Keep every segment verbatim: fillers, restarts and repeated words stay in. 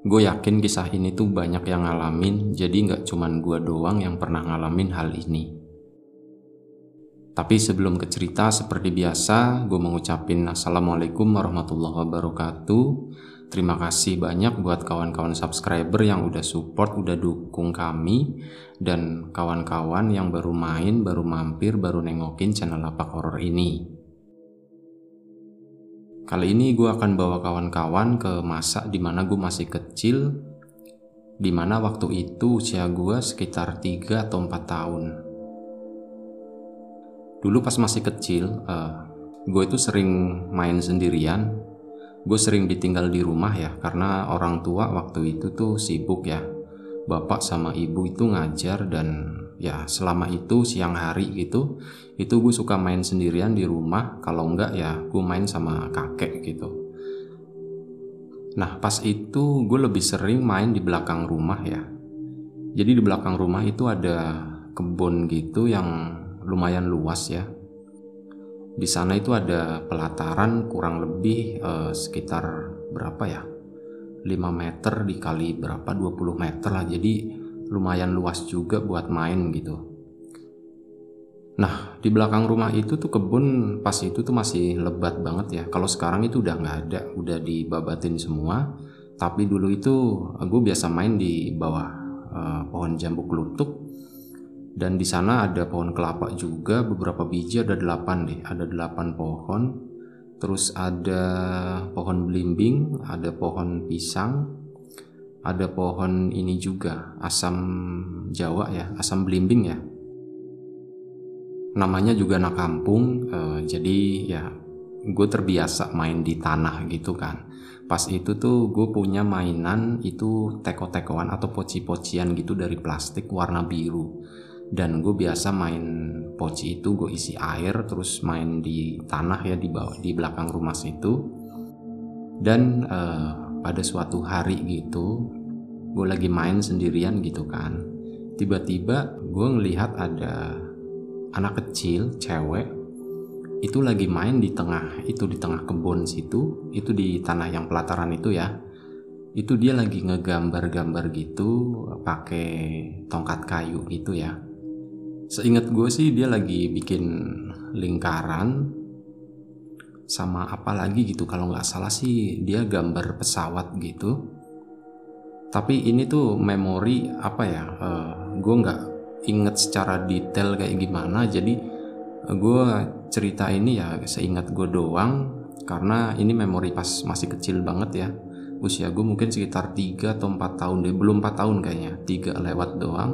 Gue yakin kisah ini tuh banyak yang ngalamin, jadi nggak cuman gue doang yang pernah ngalamin hal ini. Tapi sebelum ke cerita, seperti biasa, gue mengucapin Assalamualaikum warahmatullahi wabarakatuh. Terima kasih banyak buat kawan-kawan subscriber yang udah support, udah dukung kami, dan kawan-kawan yang baru main, baru mampir, baru nengokin channel Lapak Horor ini. Kali ini gue akan bawa kawan-kawan ke masa dimana gue masih kecil, dimana waktu itu usia gue sekitar tiga atau empat tahun. Dulu pas masih kecil, uh, gue itu sering main sendirian. Gue sering ditinggal di rumah ya, karena orang tua waktu itu tuh sibuk ya. Bapak sama ibu itu ngajar, dan ya selama itu siang hari gitu, itu gue suka main sendirian di rumah. Kalau enggak ya gue main sama kakek gitu. Nah pas itu gue lebih sering main di belakang rumah ya. Jadi di belakang rumah itu ada kebun gitu yang lumayan luas ya. Di sana itu ada pelataran kurang lebih eh, sekitar berapa ya, lima meter dikali berapa, dua puluh meter lah. Jadi lumayan luas juga buat main gitu. Nah di belakang rumah itu tuh kebun pas itu tuh masih lebat banget ya. Kalau sekarang itu udah nggak ada, udah dibabatin semua. Tapi dulu itu gue biasa main di bawah uh, pohon jambu kelutuk. Dan di sana ada pohon kelapa juga, beberapa biji, ada delapan deh, ada delapan pohon. Terus ada pohon belimbing, ada pohon pisang, ada pohon ini juga, asam Jawa ya, asam belimbing ya. Namanya juga anak kampung, eh, jadi ya gue terbiasa main di tanah gitu kan. Pas itu tuh gue punya mainan itu teko-tekoan atau poci-pocian gitu dari plastik warna biru. Dan gue biasa main poci itu, gue isi air terus main di tanah ya di bawah, di belakang rumah situ. Dan eh, pada suatu hari gitu gue lagi main sendirian gitu kan, tiba-tiba gue ngelihat ada anak kecil cewek itu lagi main di tengah itu di tengah kebun situ, itu di tanah yang pelataran itu ya. Itu dia lagi ngegambar-gambar gitu pakai tongkat kayu gitu ya. Seingat gue sih dia lagi bikin lingkaran sama apa lagi gitu, kalau nggak salah sih dia gambar pesawat gitu. Tapi ini tuh memori apa ya, uh, gue nggak inget secara detail kayak gimana. Jadi uh, gue cerita ini ya seingat gue doang, karena ini memori pas masih kecil banget ya. Usia gue mungkin sekitar tiga atau empat tahun deh, belum empat tahun kayaknya, tiga lewat doang.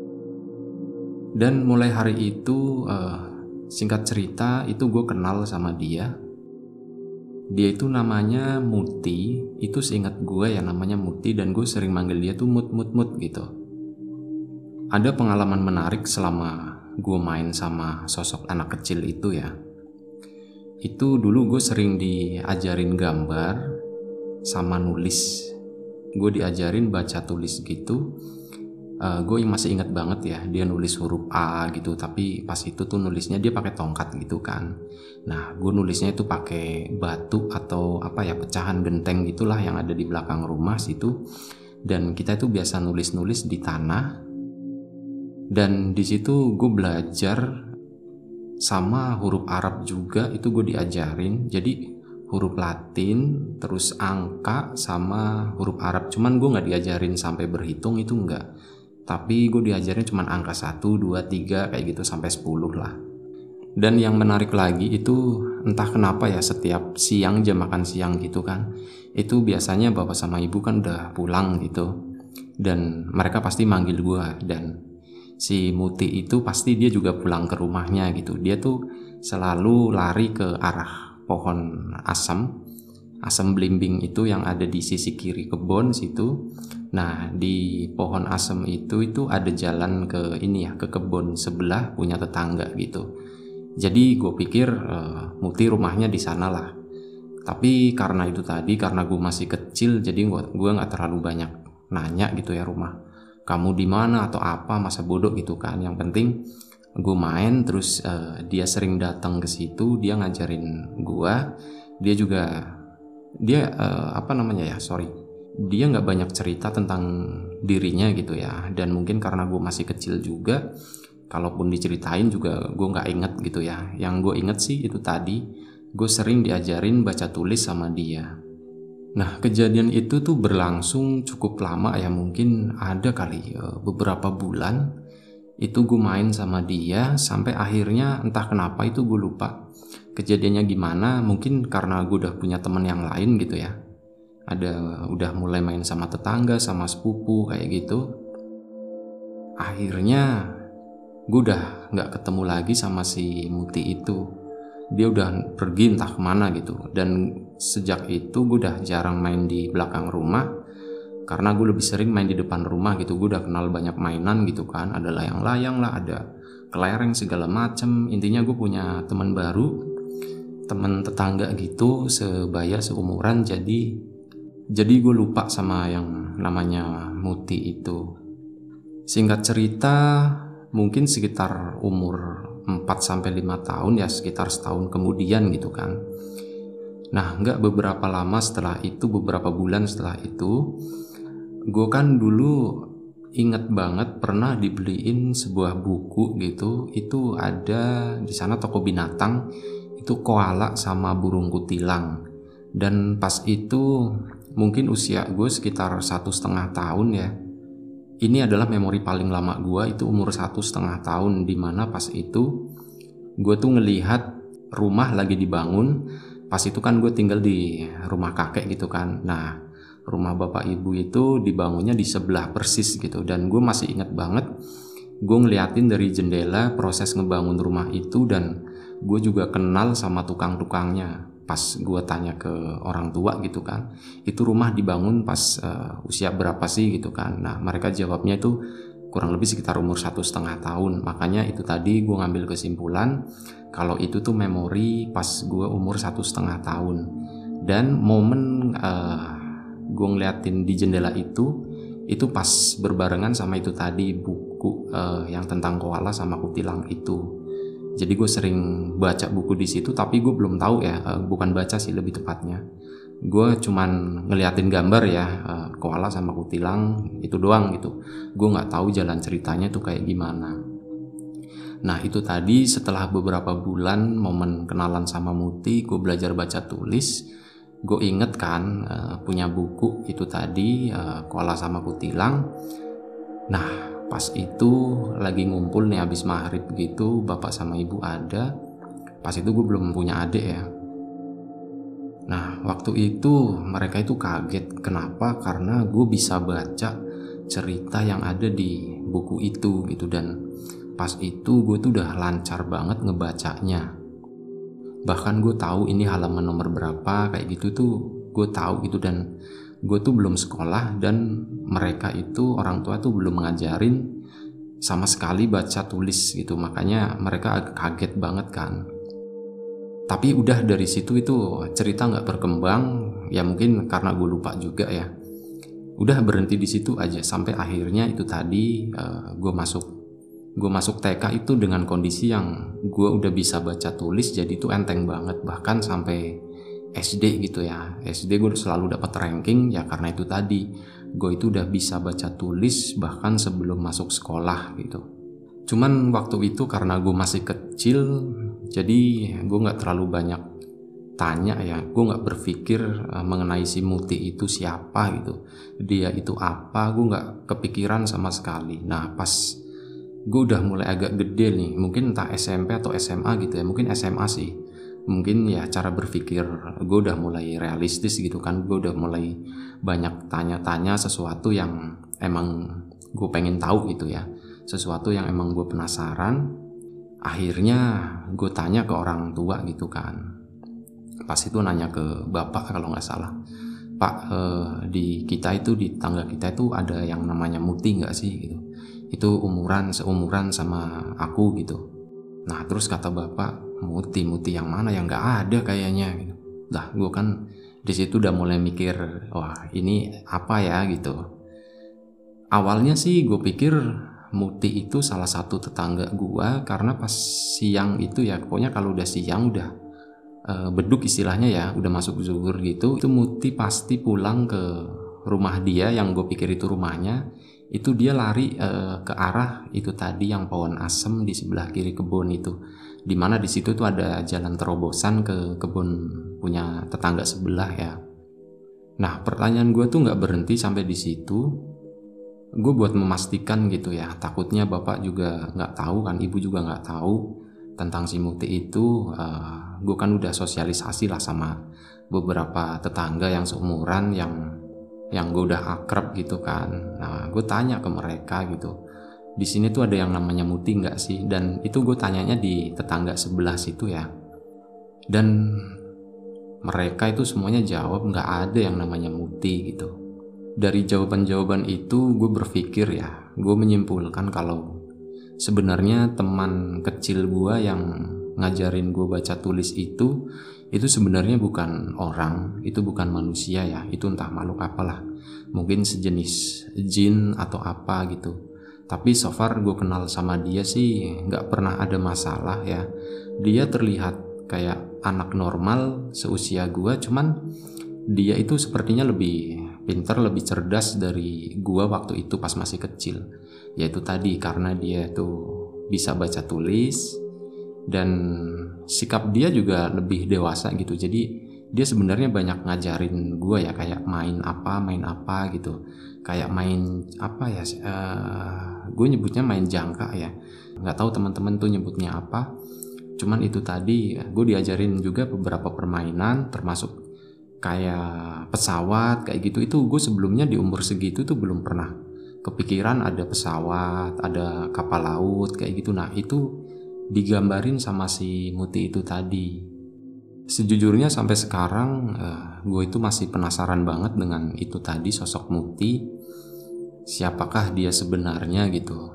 Dan mulai hari itu uh, singkat cerita itu gue kenal sama dia. Dia itu namanya Muti, itu seingat gue ya namanya Muti, dan gue sering manggil dia tuh Mut Mut Mut gitu. Ada pengalaman menarik selama gue main sama sosok anak kecil itu ya. Itu dulu gue sering diajarin gambar sama nulis. Gue diajarin baca tulis gitu. Uh, gue masih ingat banget ya, dia nulis huruf A gitu, tapi pas itu tuh nulisnya dia pakai tongkat gitu kan. Nah gue nulisnya itu pakai batu atau apa ya, pecahan genteng gitulah yang ada di belakang rumah situ. Dan kita itu biasa nulis-nulis di tanah. Dan di situ gue belajar sama huruf Arab juga, itu gue diajarin. Jadi huruf Latin, terus angka sama huruf Arab. Cuman gue nggak diajarin sampai berhitung, itu enggak. Tapi gue diajarin cuma angka satu, dua, tiga kayak gitu sampai sepuluh lah. Dan yang menarik lagi itu entah kenapa ya, setiap siang jam makan siang gitu kan, itu biasanya bapak sama ibu kan udah pulang gitu. Dan mereka pasti manggil gue, dan si Muti itu pasti dia juga pulang ke rumahnya gitu. Dia tuh selalu lari ke arah pohon asam, asam belimbing itu yang ada di sisi kiri kebun situ. Nah di pohon asem itu itu ada jalan ke ini ya, ke kebun sebelah punya tetangga gitu. Jadi gue pikir uh, Muti rumahnya di sana lah. Tapi karena itu tadi, karena gue masih kecil, jadi gue gue nggak terlalu banyak nanya gitu ya, rumah kamu di mana atau apa, masa bodoh gitu kan. Yang penting gue main terus. Uh, dia sering datang ke situ, dia ngajarin gue. Dia juga dia uh, apa namanya ya sorry dia nggak banyak cerita tentang dirinya gitu ya, dan mungkin karena gue masih kecil juga, kalaupun diceritain juga gue nggak inget gitu ya. Yang gue inget sih itu tadi, gue sering diajarin baca tulis sama dia. Nah, kejadian itu tuh berlangsung cukup lama ya, mungkin ada kali ya, beberapa bulan. Itu gue main sama dia sampai akhirnya entah kenapa itu gue lupa kejadiannya gimana. Mungkin karena gue udah punya temen yang lain gitu ya, ada udah mulai main sama tetangga, sama sepupu kayak gitu. Akhirnya gue udah gak ketemu lagi sama si Muti itu. Dia udah pergi entah kemana gitu. Dan sejak itu gue udah jarang main di belakang rumah, karena gue lebih sering main di depan rumah gitu. Gue udah kenal banyak mainan gitu kan, ada layang-layang lah, ada kelereng segala macem. Intinya gue punya teman baru, teman tetangga gitu, sebaya seumuran. Jadi jadi gue lupa sama yang namanya Muti itu. Singkat cerita, mungkin sekitar umur empat sampai lima tahun ya, sekitar setahun kemudian gitu kan. Nah, nggak beberapa lama setelah itu, beberapa bulan setelah itu, gue kan dulu inget banget pernah dibeliin sebuah buku gitu. Itu ada di sana toko binatang, itu koala sama burung kutilang. Dan pas itu mungkin usia gue sekitar satu setengah tahun ya. Ini adalah memori paling lama gue, itu umur satu setengah tahun, dimana pas itu gue tuh ngelihat rumah lagi dibangun. Pas itu kan gue tinggal di rumah kakek gitu kan. Nah, rumah bapak ibu itu dibangunnya di sebelah persis gitu. Dan gue masih ingat banget, gue ngeliatin dari jendela proses ngebangun rumah itu. Dan gue juga kenal sama tukang-tukangnya. Pas gue tanya ke orang tua gitu kan, itu rumah dibangun pas uh, usia berapa sih gitu kan. Nah, mereka jawabnya itu kurang lebih sekitar umur satu setengah tahun. Makanya itu tadi gue ngambil kesimpulan kalau itu tuh memori pas gue umur satu setengah tahun. Dan momen uh, gue ngeliatin di jendela itu itu pas berbarengan sama itu tadi, buku uh, yang tentang koala sama kutilang itu. Jadi gue sering baca buku di situ, tapi gue belum tahu ya, uh, bukan baca sih lebih tepatnya. Gue cuman ngeliatin gambar ya, uh, koala sama kutilang itu doang gitu. Gue nggak tahu jalan ceritanya tuh kayak gimana. Nah, itu tadi setelah beberapa bulan momen kenalan sama Muti, gue belajar baca tulis. Gue inget kan uh, punya buku itu tadi, uh, koala sama kutilang. Nah, pas itu lagi ngumpul nih habis maghrib gitu, bapak sama ibu ada. Pas itu gue belum punya adik ya. Nah, waktu itu mereka itu kaget. Kenapa? Karena gue bisa baca cerita yang ada di buku itu gitu. Dan pas itu gue tuh udah lancar banget ngebacanya. Bahkan gue tahu ini halaman nomor berapa kayak gitu tuh gue tahu gitu. Dan gue tuh belum sekolah, dan mereka itu orang tua tuh belum ngajarin sama sekali baca tulis gitu. Makanya mereka agak kaget banget kan. Tapi udah dari situ itu cerita nggak berkembang ya, mungkin karena gue lupa juga ya. Udah berhenti di situ aja sampai akhirnya itu tadi uh, gue masuk gue masuk T K itu dengan kondisi yang gue udah bisa baca tulis. Jadi itu enteng banget, bahkan sampai S D gitu ya. S D gue selalu dapat ranking ya, karena itu tadi gue itu udah bisa baca tulis bahkan sebelum masuk sekolah gitu. Cuman waktu itu karena gue masih kecil, jadi gue nggak terlalu banyak tanya ya. Gue nggak berpikir uh, mengenai si Muti itu siapa gitu, dia itu apa, gue nggak kepikiran sama sekali. Nah, pas gue udah mulai agak gede nih, mungkin entah S M P atau S M A gitu ya, mungkin S M A sih. Mungkin ya cara berpikir gue udah mulai realistis gitu kan. Gue udah mulai banyak tanya-tanya sesuatu yang emang gue pengen tahu gitu ya, sesuatu yang emang gue penasaran. Akhirnya gue tanya ke orang tua gitu kan. Pas itu nanya ke bapak kalau nggak salah, Pak, eh, di kita itu, di tangga kita itu ada yang namanya Muti nggak sih gitu. Itu umuran seumuran sama aku gitu. Nah, terus kata bapak, Muti, Muti yang mana, yang nggak ada kayaknya gitu. Lah, gue kan di situ udah mulai mikir, wah ini apa ya gitu. Awalnya sih gue pikir Muti itu salah satu tetangga gue, karena pas siang itu ya, pokoknya kalau udah siang udah e, beduk istilahnya ya, udah masuk zuhur gitu, itu Muti pasti pulang ke rumah dia yang gue pikir itu rumahnya, itu dia lari uh, ke arah itu tadi yang pohon asem di sebelah kiri kebun itu, dimana di situ tuh ada jalan terobosan ke kebun punya tetangga sebelah ya. Nah pertanyaan gue tuh nggak berhenti sampai di situ. Gue buat memastikan gitu ya, takutnya bapak juga nggak tahu kan, ibu juga nggak tahu tentang si Muti itu. uh, gue kan udah sosialisasi lah sama beberapa tetangga yang seumuran, yang yang gue udah akrab gitu kan. Nah gue tanya ke mereka gitu, di sini tuh ada yang namanya Muti nggak sih? Dan itu gue tanyanya di tetangga sebelah situ ya, dan mereka itu semuanya jawab nggak ada yang namanya Muti gitu. Dari jawaban-jawaban itu gue berpikir ya, gue menyimpulkan kalau sebenarnya teman kecil gue yang ngajarin gue baca tulis itu itu sebenarnya bukan orang, itu bukan manusia ya, itu entah makhluk apalah, mungkin sejenis jin atau apa gitu. Tapi so far gue kenal sama dia sih nggak pernah ada masalah ya. Dia terlihat kayak anak normal seusia gue, cuman dia itu sepertinya lebih pintar, lebih cerdas dari gua waktu itu pas masih kecil. Yaitu tadi karena dia tuh bisa baca tulis, dan sikap dia juga lebih dewasa gitu. Jadi dia sebenarnya banyak ngajarin gua ya, kayak main apa, main apa gitu. Kayak main apa ya, uh, gue nyebutnya main jangka ya. Nggak tahu teman-teman tuh nyebutnya apa. Cuman itu tadi gue diajarin juga beberapa permainan, termasuk kayak pesawat kayak gitu. Itu gue sebelumnya di umur segitu tuh belum pernah kepikiran ada pesawat, ada kapal laut kayak gitu. Nah itu digambarin sama si Muti itu tadi. Sejujurnya sampai sekarang uh, gue itu masih penasaran banget dengan itu tadi, sosok Muti. Siapakah dia sebenarnya gitu.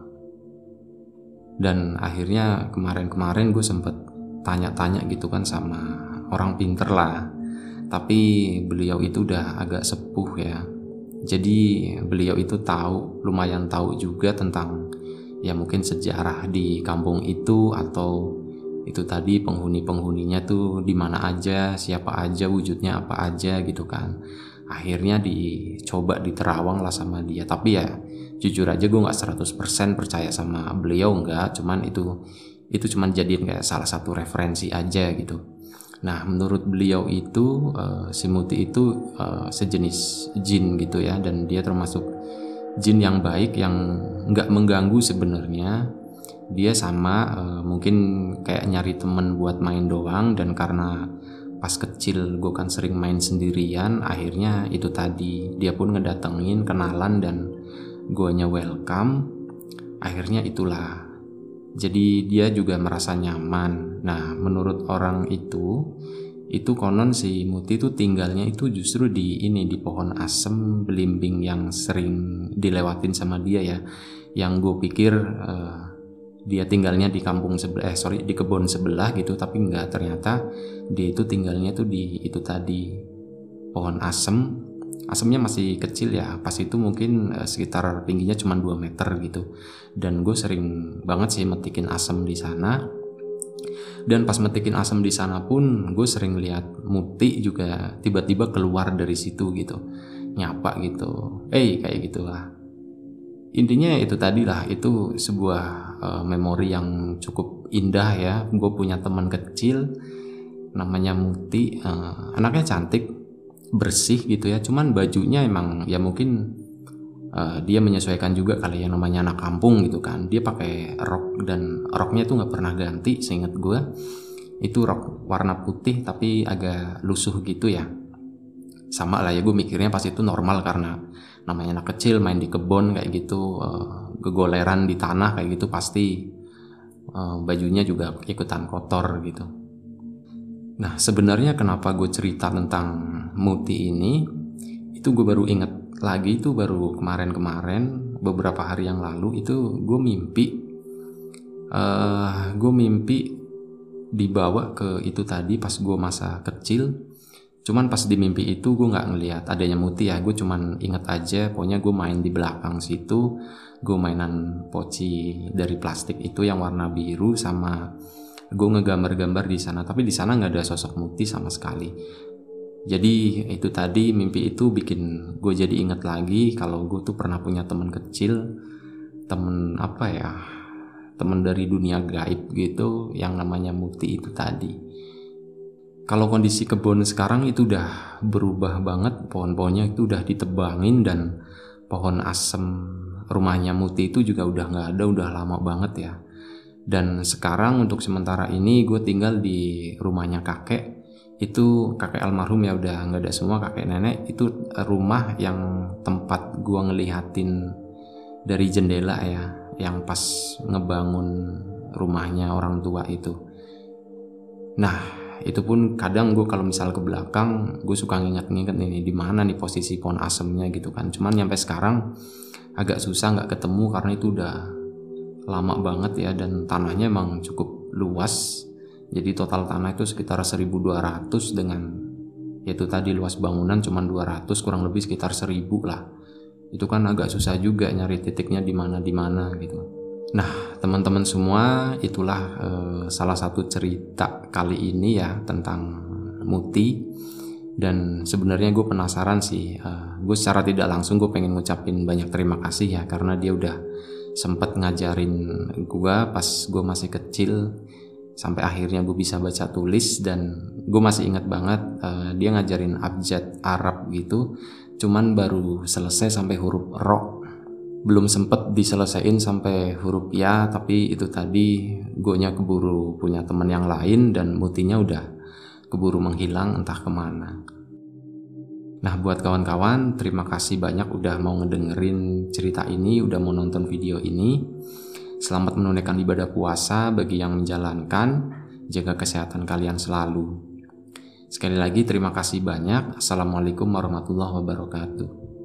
Dan akhirnya kemarin-kemarin gue sempet tanya-tanya gitu kan sama orang pinter lah. Tapi beliau itu udah agak sepuh ya. Jadi beliau itu tahu, lumayan tahu juga tentang ya mungkin sejarah di kampung itu, atau itu tadi penghuni-penghuninya tuh di mana aja, siapa aja, wujudnya apa aja gitu kan. Akhirnya dicoba diterawang lah sama dia. Tapi ya jujur aja gue gak seratus persen percaya sama beliau, enggak. Cuman itu itu cuman jadiin kayak salah satu referensi aja gitu. Nah menurut beliau itu uh, si Muti itu uh, sejenis jin gitu ya, dan dia termasuk jin yang baik, yang nggak mengganggu sebenarnya. Dia sama uh, mungkin kayak nyari temen buat main doang, dan karena pas kecil gue kan sering main sendirian, akhirnya itu tadi dia pun ngedatengin, kenalan, dan guanya welcome. Akhirnya itulah, jadi dia juga merasa nyaman. Nah menurut orang itu itu konon si Muti itu tinggalnya itu justru di ini, di pohon asem belimbing yang sering dilewatin sama dia ya. Yang gue pikir uh, dia tinggalnya di kampung sebelah, eh sorry di kebun sebelah gitu, tapi enggak, ternyata dia itu tinggalnya tuh di itu tadi pohon asem. Asemnya masih kecil ya, pas itu mungkin uh, sekitar tingginya cuma dua meter gitu. Dan gue sering banget sih metikin asem di sana. Dan pas metikin asem di sana pun gue sering lihat Muti juga tiba-tiba keluar dari situ gitu, nyapa gitu, eh kayak gitulah. Intinya itu tadi lah, itu sebuah uh, memori yang cukup indah ya. Gue punya teman kecil namanya Muti, uh, anaknya cantik, bersih gitu ya. Cuman bajunya emang ya mungkin uh, dia menyesuaikan juga kali ya, namanya anak kampung gitu kan. Dia pakai rok, dan roknya tuh nggak pernah ganti seingat gue. Itu rok warna putih tapi agak lusuh gitu ya. Sama lah ya, gue mikirnya pas itu normal karena namanya anak kecil main di kebun kayak gitu, uh, gegoleran di tanah kayak gitu, pasti uh, bajunya juga ikutan kotor gitu. Nah sebenarnya kenapa gue cerita tentang Muti ini, itu gue baru inget lagi, itu baru kemarin-kemarin beberapa hari yang lalu itu gue mimpi, uh, gue mimpi dibawa ke itu tadi pas gue masa kecil. Cuman pas di mimpi itu gue gak ngelihat adanya Muti ya. Gue cuman inget aja pokoknya gue main di belakang situ. Gue mainan poci dari plastik itu yang warna biru, sama gue ngegambar-gambar di sana. Tapi di sana gak ada sosok Muti sama sekali. Jadi itu tadi, mimpi itu bikin gue jadi inget lagi kalau gue tuh pernah punya teman kecil, temen apa ya, temen dari dunia gaib gitu yang namanya Muti itu tadi. Kalau kondisi kebun sekarang itu udah berubah banget, pohon-pohonnya itu udah ditebangin dan pohon asem rumahnya Muti itu juga udah nggak ada, udah lama banget ya. Dan sekarang untuk sementara ini gue tinggal di rumahnya kakek. Itu kakek almarhum ya, udah nggak ada semua, kakek nenek. Itu rumah yang tempat gue ngelihatin dari jendela ya, yang pas ngebangun rumahnya orang tua itu. Nah itu pun kadang gue kalau misal ke belakang gue suka nginget-nginget nih di mana nih posisi pohon asemnya gitu kan. Cuman nyampe sekarang agak susah nggak ketemu karena itu udah lama banget ya, dan tanahnya emang cukup luas. Jadi total tanah itu sekitar seribu dua ratus dengan yaitu tadi luas bangunan cuma dua ratus, kurang lebih sekitar seribu lah. Itu kan agak susah juga nyari titiknya di mana di mana gitu. Nah, teman-teman semua, itulah eh, salah satu cerita kali ini ya tentang Muti. Dan sebenarnya gue penasaran sih, eh, gue secara tidak langsung gue pengen ngucapin banyak terima kasih ya, karena dia udah sempet ngajarin gue pas gue masih kecil sampai akhirnya gue bisa baca tulis. Dan gue masih ingat banget uh, dia ngajarin abjad Arab gitu, cuman baru selesai sampai huruf ro, belum sempet diselesaiin sampai huruf ya. Tapi itu tadi gue-nya keburu punya teman yang lain dan Mutinya udah keburu menghilang entah kemana. Nah buat kawan-kawan, terima kasih banyak udah mau ngedengerin cerita ini, udah mau nonton video ini. Selamat menunaikan ibadah puasa bagi yang menjalankan. Jaga kesehatan kalian selalu. Sekali lagi terima kasih banyak. Assalamualaikum warahmatullahi wabarakatuh.